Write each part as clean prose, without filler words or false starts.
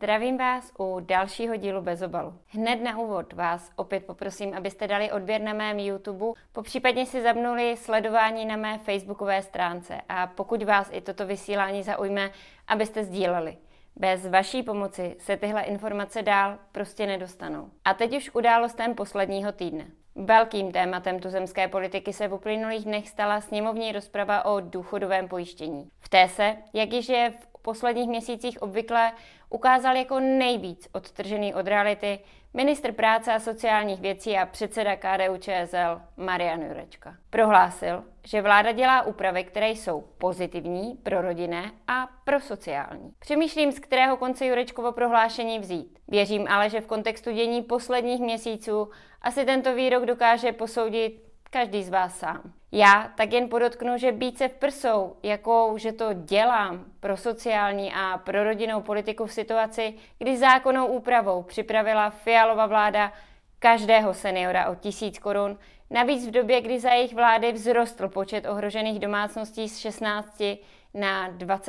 Zdravím vás u dalšího dílu Bez obalu. Hned na úvod vás opět poprosím, abyste dali odběr na mém YouTube, popřípadně si zapnuli sledování na mé facebookové stránce a pokud vás i toto vysílání zaujme, abyste sdíleli. Bez vaší pomoci se tyhle informace dál prostě nedostanou. A teď už k událostem posledního týdne. Velkým tématem tuzemské politiky se v uplynulých dnech stala sněmovní rozprava o důchodovém pojištění. V té se, jak již je v posledních měsících obvykle, ukázal jako nejvíc odtržený od reality ministr práce a sociálních věcí a předseda KDU-ČSL Marian Jurečka. Prohlásil, že vláda dělá úpravy, které jsou pozitivní, prorodinné a prosociální. Přemýšlím, z kterého konce Jurečkovo prohlášení vzít. Věřím ale, že v kontextu dění posledních měsíců asi tento výrok dokáže posoudit každý z vás sám. Já tak jen podotknu, že být se v prsou, jakou že to dělám pro sociální a pro rodinnou politiku v situaci, kdy zákonnou úpravou připravila Fialova vláda každého seniora o 1000 korun, navíc v době, kdy za jejich vlády vzrostl počet ohrožených domácností z 16 na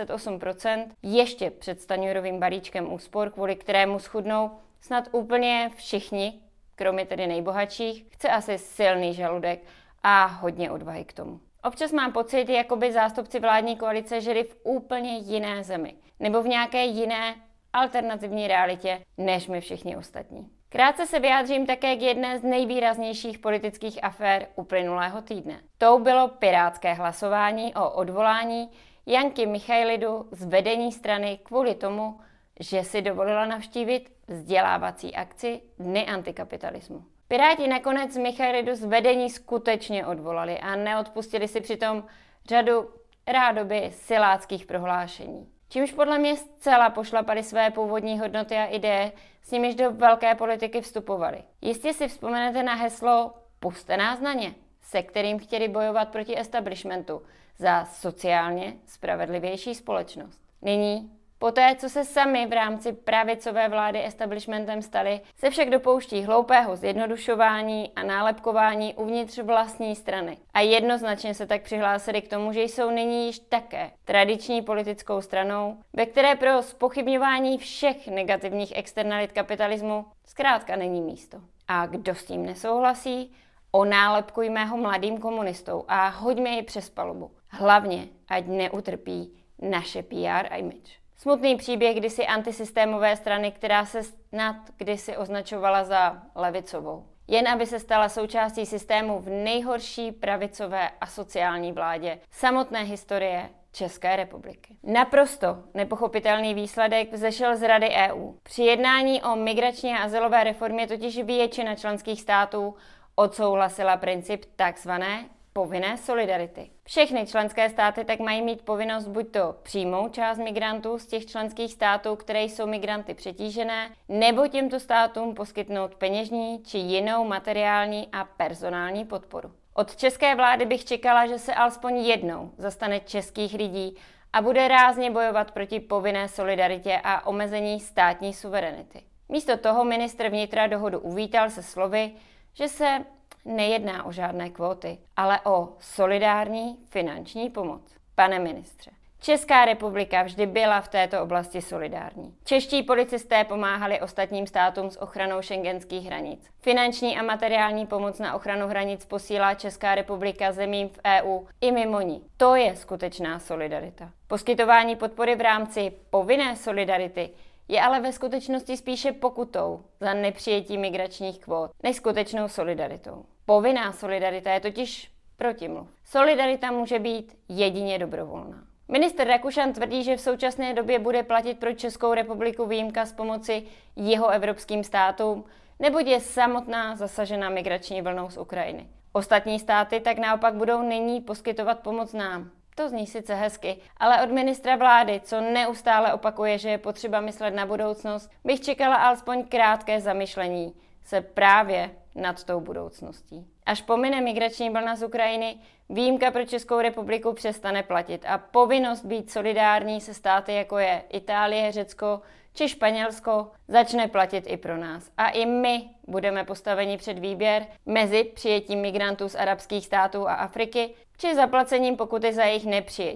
28%, ještě před Stanjurovým balíčkem úspor, kvůli kterému schudnou snad úplně všichni, kromě tedy nejbohatších, chce asi silný žaludek a hodně odvahy k tomu. Občas mám pocit, jako by zástupci vládní koalice žili v úplně jiné zemi, nebo v nějaké jiné alternativní realitě, než my všichni ostatní. Krátce se vyjádřím také k jedné z nejvýraznějších politických afér uplynulého týdne. Tou bylo pirátské hlasování o odvolání Janky Michailidu z vedení strany kvůli tomu, že si dovolila navštívit vzdělávací akci Dny antikapitalismu. Piráti nakonec Michailidu z vedení skutečně odvolali a neodpustili si přitom řadu rádoby siláckých prohlášení. Čímž podle mě zcela pošlapali své původní hodnoty a ideje, s nimiž do velké politiky vstupovali. Jistě si vzpomenete na heslo Pusťte nás na ně, se kterým chtěli bojovat proti establishmentu za sociálně spravedlivější společnost. Nyní, poté, co se sami v rámci pravicové vlády establishmentem stali, se však dopouští hloupého zjednodušování a nálepkování uvnitř vlastní strany. A jednoznačně se tak přihlásili k tomu, že jsou nyní již také tradiční politickou stranou, ve které pro zpochybňování všech negativních externalit kapitalismu zkrátka není místo. A kdo s tím nesouhlasí, onálepkujme ho mladým komunistou a hoďme ji přes palubu. Hlavně, ať neutrpí naše PR a image. Smutný příběh kdysi antisystémové strany, která se snad kdysi označovala za levicovou. Jen aby se stala součástí systému v nejhorší pravicové a sociální vládě samotné historie České republiky. Naprosto nepochopitelný výsledek vzešel z Rady EU. Při jednání o migrační a azylové reformě totiž většina členských států odsouhlasila princip takzvané povinné solidarity. Všechny členské státy tak mají mít povinnost buď to přijmout část migrantů z těch členských států, které jsou migranty přetížené, nebo těmto státům poskytnout peněžní či jinou materiální a personální podporu. Od české vlády bych čekala, že se alespoň jednou zastane českých lidí a bude rázně bojovat proti povinné solidaritě a omezení státní suverenity. Místo toho ministr vnitra dohodu uvítal se slovy, že se nejedná o žádné kvóty, ale o solidární finanční pomoc. Pane ministře, Česká republika vždy byla v této oblasti solidární. Čeští policisté pomáhali ostatním státům s ochranou schengenských hranic. Finanční a materiální pomoc na ochranu hranic posílá Česká republika zemím v EU i mimo ní. To je skutečná solidarita. Poskytování podpory v rámci povinné solidarity je ale ve skutečnosti spíše pokutou za nepřijetí migračních kvót než skutečnou solidaritou. Povinná solidarita je totiž protimluv. Solidarita může být jedině dobrovolná. Ministr Rakušan tvrdí, že v současné době bude platit pro Českou republiku výjimka z pomoci jihoevropským státům, neboť je samotná zasažena migrační vlnou z Ukrajiny. Ostatní státy tak naopak budou nyní poskytovat pomoc nám. To zní sice hezky, ale od ministra vlády, co neustále opakuje, že je potřeba myslet na budoucnost, bych čekala alespoň krátké zamyšlení se právě nad tou budoucností. Až pomine migrační vlna z Ukrajiny, výjimka pro Českou republiku přestane platit a povinnost být solidární se státy, jako je Itálie, Řecko či Španělsko, začne platit i pro nás. A i my budeme postaveni před výběr mezi přijetím migrantů z arabských států a Afriky či zaplacením pokuty za jejich nepřijetí.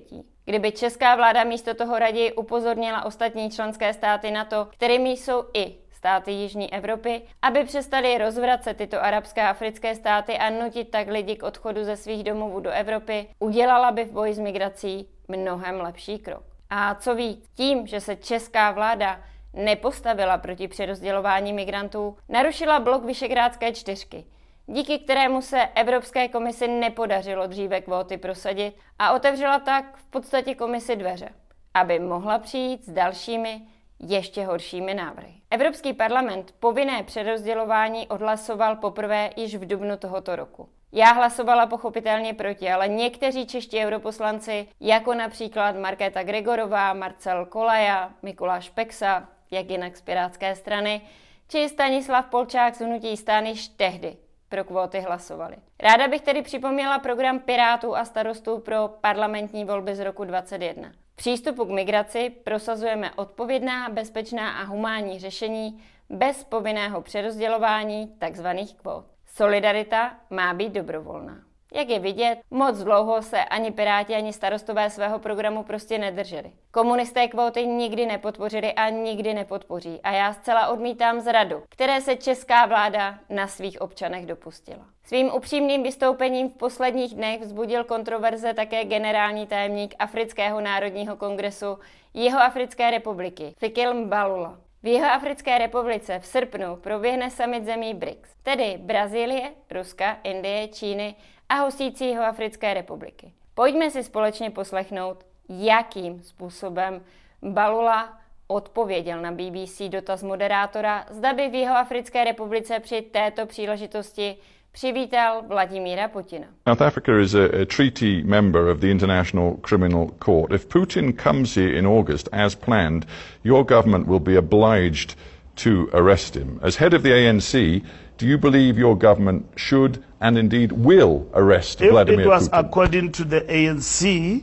kdyby česká vláda místo toho raději upozornila ostatní členské státy NATO, kterými jsou i státy Jižní Evropy, aby přestali rozvracet tyto arabské a africké státy a nutit tak lidi k odchodu ze svých domovů do Evropy, udělala by v boji s migrací mnohem lepší krok. A co víc, tím, že se česká vláda nepostavila proti přerozdělování migrantů, narušila blok Visegrádské čtyřky, díky kterému se Evropské komisi nepodařilo dříve kvóty prosadit a otevřela tak v podstatě komisi dveře, aby mohla přijít s dalšími, ještě horšími návrhy. Evropský parlament povinné přerozdělování odhlasoval poprvé již v dubnu tohoto roku. Já hlasovala pochopitelně proti, ale někteří čeští europoslanci, jako například Markéta Gregorová, Marcel Kolaja, Mikuláš Peksa, jak jinak z Pirátské strany, či Stanislav Polčák z hnutí STAN již tehdy pro kvóty hlasovali. Ráda bych tedy připomněla program Pirátů a Starostů pro parlamentní volby z roku 2021. V přístupu k migraci prosazujeme odpovědná, bezpečná a humánní řešení bez povinného přerozdělování tzv. Kvót. Solidarita má být dobrovolná. Jak je vidět, moc dlouho se ani Piráti, ani Starostové svého programu prostě nedrželi. Komunisté kvóty nikdy nepodpořili a nikdy nepodpoří a já zcela odmítám zradu, které se česká vláda na svých občanech dopustila. Svým upřímným vystoupením v posledních dnech vzbudil kontroverze také generální tajemník Afrického národního kongresu Jihoafrické republiky Fikil Mbalula. V Jihoafrické republice v srpnu proběhne summit zemí BRICS, tedy Brazílie, Ruska, Indie, Číny a hostící Jihoafrické republiky. Pojďme si společně poslechnout, jakým způsobem Mbalula odpověděl na BBC dotaz moderátora, zda by v Jihoafrické republice při této příležitosti přivítal Vladimíra Putina. South Africa is a treaty member of the International Criminal Court. If Putin comes here in August as planned, your government will be obliged to arrest him. As head of the ANC, do you believe your government should and indeed will arrest Vladimir Putin? If it was according to the ANC,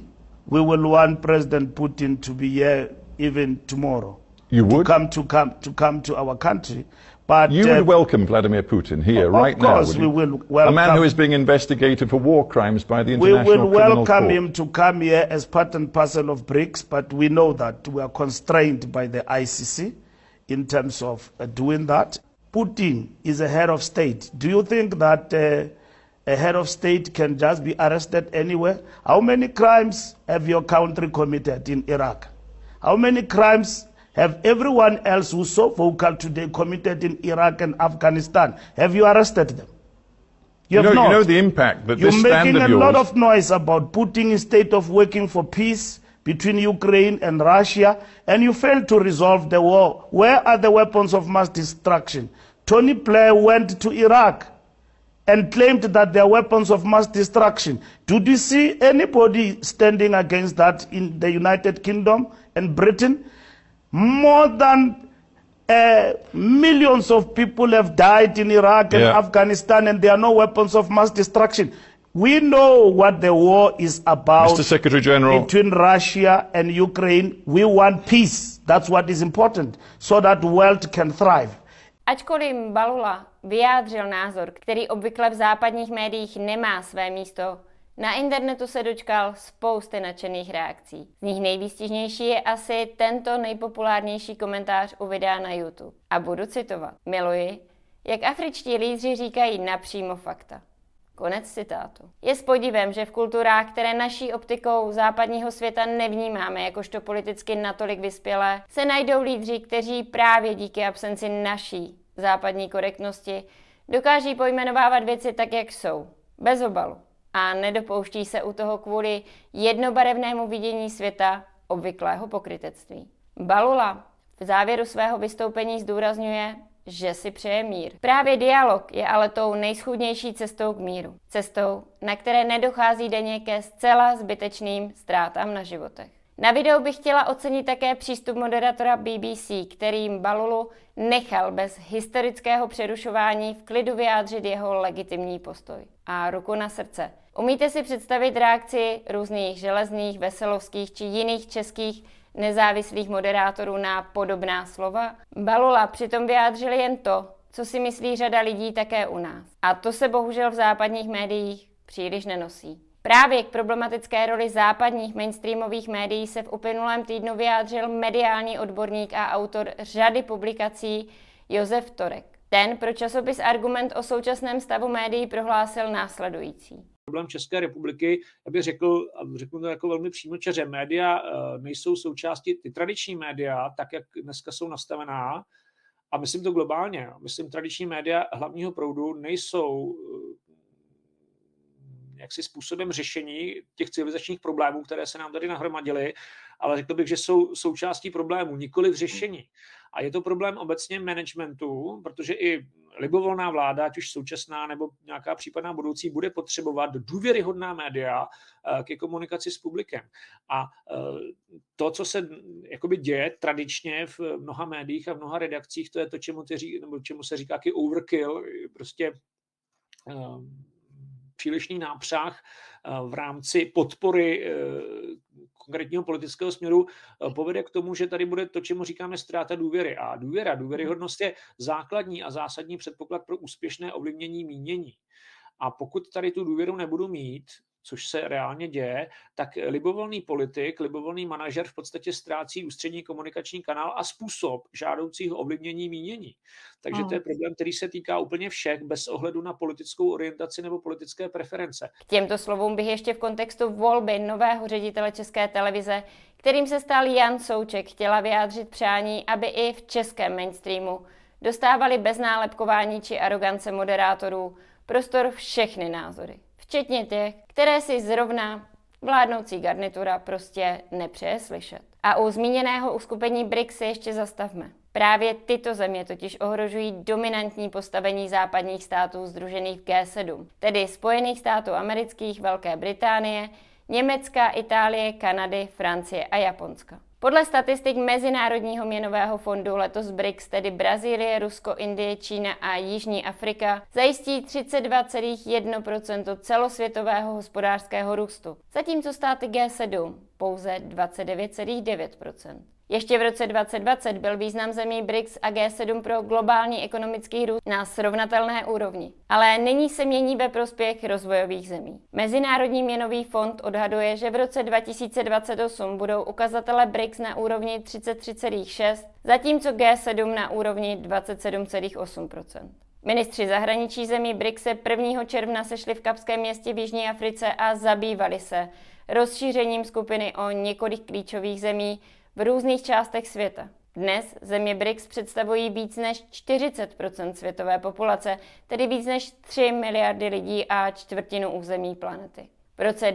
we will want President Putin to be here even tomorrow. You would? To come to our country. But you would welcome Vladimir Putin here right now? Of course we will welcome. A man who is being investigated for war crimes by the International Criminal Court. We will welcome him to come here as part and parcel of BRICS, but we know that we are constrained by the ICC in terms of doing that. Putin is a head of state. Do you think that a head of state can just be arrested anywhere? How many crimes have your country committed in Iraq? How many crimes have everyone else who's so vocal today committed in Iraq and Afghanistan? Have you arrested them? You know the impact that this stand of yours... You're making a lot of noise about putting a state of working for peace between Ukraine and Russia, and you failed to resolve the war. Where are the weapons of mass destruction? Tony Blair went to Iraq and claimed that there are weapons of mass destruction. Did you see anybody standing against that in the United Kingdom and Britain? More than millions of people have died in Iraq and Afghanistan, and there are no weapons of mass destruction. We know what the war is about. Mr. Secretary General, between Russia and Ukraine. We want peace. That's what is important, so that the world can thrive. Ačkoliv Mbalula vyjádřil názor, který obvykle v západních médiích nemá své místo, na internetu se dočkal spousty nadšených reakcí. Z nich nejvýstižnější je asi tento nejpopulárnější komentář u videa na YouTube. A budu citovat. Miluji, jak afričtí lídři říkají napřímo fakta. Konec citátu. Je s podivem, že v kulturách, které naší optikou západního světa nevnímáme jakožto politicky natolik vyspělé, se najdou lídři, kteří právě díky absenci naší západní korektnosti dokáží pojmenovávat věci tak, jak jsou. Bez obalu. A nedopouští se u toho kvůli jednobarevnému vidění světa obvyklého pokrytectví. Mbalula v závěru svého vystoupení zdůrazňuje, že si přeje mír. Právě dialog je ale tou nejschůdnější cestou k míru. Cestou, na které nedochází denně ke zcela zbytečným ztrátám na životech. Na videu bych chtěla ocenit také přístup moderátora BBC, který Mbalulu nechal bez historického přerušování v klidu vyjádřit jeho legitimní postoj. A ruku na srdce. Umíte si představit reakci různých železných, veselovských či jiných českých nezávislých moderátorů na podobná slova? Mbalula přitom vyjádřil jen to, co si myslí řada lidí také u nás. A to se bohužel v západních médiích příliš nenosí. Právě k problematické roli západních mainstreamových médií se v uplynulém týdnu vyjádřil mediální odborník a autor řady publikací Josef Torek. Ten pro časopis Argument o současném stavu médií prohlásil následující. Problém České republiky, já bych řekl to jako velmi přímočaře, média nejsou součástí, ty tradiční média, tak jak dneska jsou nastavená, a myslím to globálně, myslím tradiční média hlavního proudu nejsou jaksi způsobem řešení těch civilizačních problémů, které se nám tady nahromadily, ale řekl bych, že jsou součástí problémů, nikoli v řešení. A je to problém obecně managementu, protože i libovolná vláda, ať už současná nebo nějaká případná budoucí, bude potřebovat důvěryhodná média ke komunikaci s publikem. A to, co se jakoby děje tradičně v mnoha médiích a v mnoha redakcích, to je to, čemu se říká taky overkill, prostě přílišný nápřah v rámci podpory konkrétního politického směru povede k tomu, že tady bude to, čemu říkáme ztráta důvěry. A důvěryhodnost je základní a zásadní předpoklad pro úspěšné ovlivnění mínění. A pokud tady tu důvěru nebudu mít, což se reálně děje, tak libovolný politik, libovolný manažer v podstatě ztrácí ústřední komunikační kanál a způsob žádoucího ovlivnění mínění. Takže to je problém, který se týká úplně všech, bez ohledu na politickou orientaci nebo politické preference. K těmto slovům bych ještě v kontextu volby nového ředitele České televize, kterým se stal Jan Souček, chtěla vyjádřit přání, aby i v českém mainstreamu dostávali bez nálepkování či arogance moderátorů prostor všechny názory, včetně těch, které si zrovna vládnoucí garnitura prostě nepřeje slyšet. A u zmíněného uskupení BRICS se ještě zastavme. Právě tyto země totiž ohrožují dominantní postavení západních států sdružených v G7, tedy Spojených států amerických, Velké Británie, Německa, Itálie, Kanady, Francie a Japonska. Podle statistik Mezinárodního měnového fondu letos BRICS, tedy Brazílie, Rusko, Indie, Čína a Jižní Afrika, zajistí 32,1% celosvětového hospodářského růstu, zatímco státy G7 pouze 29,9%. Ještě v roce 2020 byl význam zemí BRICS a G7 pro globální ekonomický růst na srovnatelné úrovni, ale nyní se mění ve prospěch rozvojových zemí. Mezinárodní měnový fond odhaduje, že v roce 2028 budou ukazatele BRICS na úrovni 33,6, zatímco G7 na úrovni 27,8%. Ministři zahraničí zemí BRICS se 1. června sešli v Kapském městě v Jižní Africe a zabývali se rozšířením skupiny o několik klíčových zemí v různých částech světa. Dnes země BRICS představují víc než 40% světové populace, tedy víc než 3 miliardy lidí a čtvrtinu území planety. V roce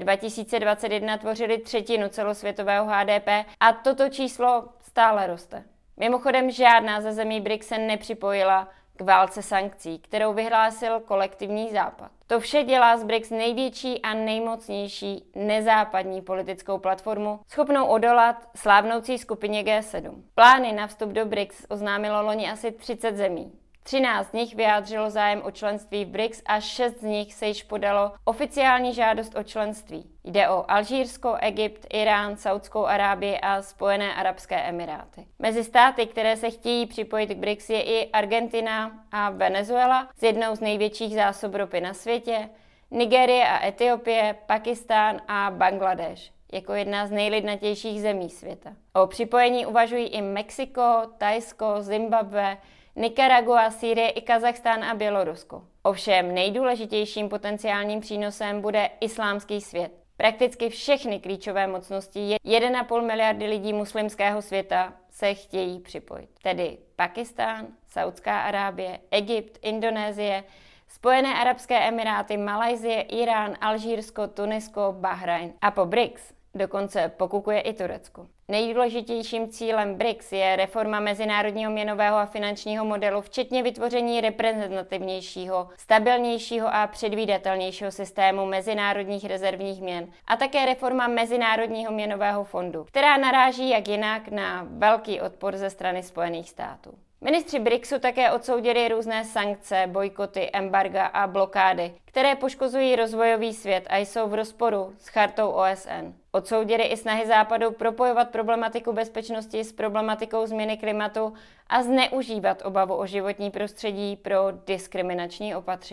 2021 tvořili třetinu celosvětového HDP a toto číslo stále roste. Mimochodem žádná ze zemí BRICS se nepřipojila k válce sankcí, kterou vyhlásil kolektivní západ. To vše dělá z BRICS největší a nejmocnější nezápadní politickou platformu, schopnou odolat slávnoucí skupině G7. Plány na vstup do BRICS oznámilo loni asi 30 zemí. 13 z nich vyjádřilo zájem o členství v BRICS a 6 z nich se již podalo oficiální žádost o členství. Jde o Alžírsko, Egypt, Irán, Saudskou Arábii a Spojené arabské emiráty. Mezi státy, které se chtějí připojit k BRICS, je i Argentina a Venezuela s jednou z největších zásob ropy na světě, Nigérie a Etiopie, Pakistán a Bangladeš jako jedna z nejlidnatějších zemí světa. O připojení uvažují i Mexiko, Thajsko, Zimbabwe, Nikaragua, Sýrie i Kazachstán a Bělorusko. Ovšem nejdůležitějším potenciálním přínosem bude islámský svět. Prakticky všechny klíčové mocnosti 1,5 miliardy lidí muslimského světa se chtějí připojit. Tedy Pakistán, Saudská Arábie, Egypt, Indonésie, Spojené arabské emiráty, Malajsie, Irán, Alžírsko, Tunisko, Bahrajn. A po BRICS dokonce pokukuje i Turecko. Nejdůležitějším cílem BRICS je reforma mezinárodního měnového a finančního modelu, včetně vytvoření reprezentativnějšího, stabilnějšího a předvídatelnějšího systému mezinárodních rezervních měn a také reforma Mezinárodního měnového fondu, která naráží jak jinak na velký odpor ze strany Spojených států. Ministři BRICSu také odsoudili různé sankce, bojkoty, embarga a blokády, které poškozují rozvojový svět a jsou v rozporu s chartou OSN. Odsoudili i snahy Západu propojovat problematiku bezpečnosti s problematikou změny klimatu a zneužívat obavu o životní prostředí pro diskriminační opatření.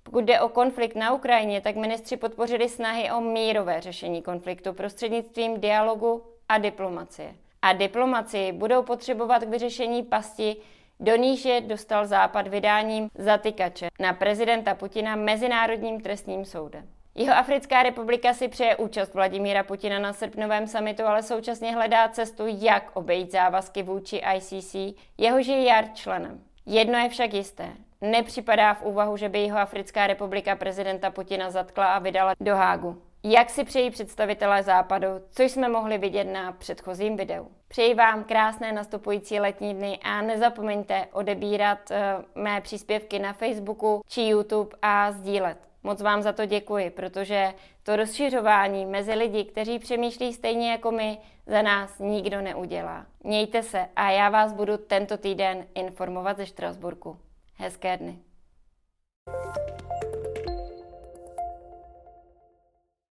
Pokud jde o konflikt na Ukrajině, tak ministři podpořili snahy o mírové řešení konfliktu prostřednictvím dialogu a diplomacie. A diplomacii budou potřebovat k vyřešení pasti, do níž je dostal Západ vydáním zatykače na prezidenta Putina Mezinárodním trestním soudem. Jihoafrická republika si přeje účast Vladimíra Putina na srpnovém summitu, ale současně hledá cestu, jak obejít závazky vůči ICC, jehož je JAR členem. Jedno je však jisté. Nepřipadá v úvahu, že by Jihoafrická republika prezidenta Putina zatkla a vydala do Hágu. Jak si přejí představitelé Západu, což jsme mohli vidět na předchozím videu. Přeji vám krásné nastupující letní dny a nezapomeňte odebírat mé příspěvky na Facebooku či YouTube a sdílet. Moc vám za to děkuji, protože to rozšiřování mezi lidi, kteří přemýšlí stejně jako my, za nás nikdo neudělá. Mějte se a já vás budu tento týden informovat ze Štrasburku. Hezké dny.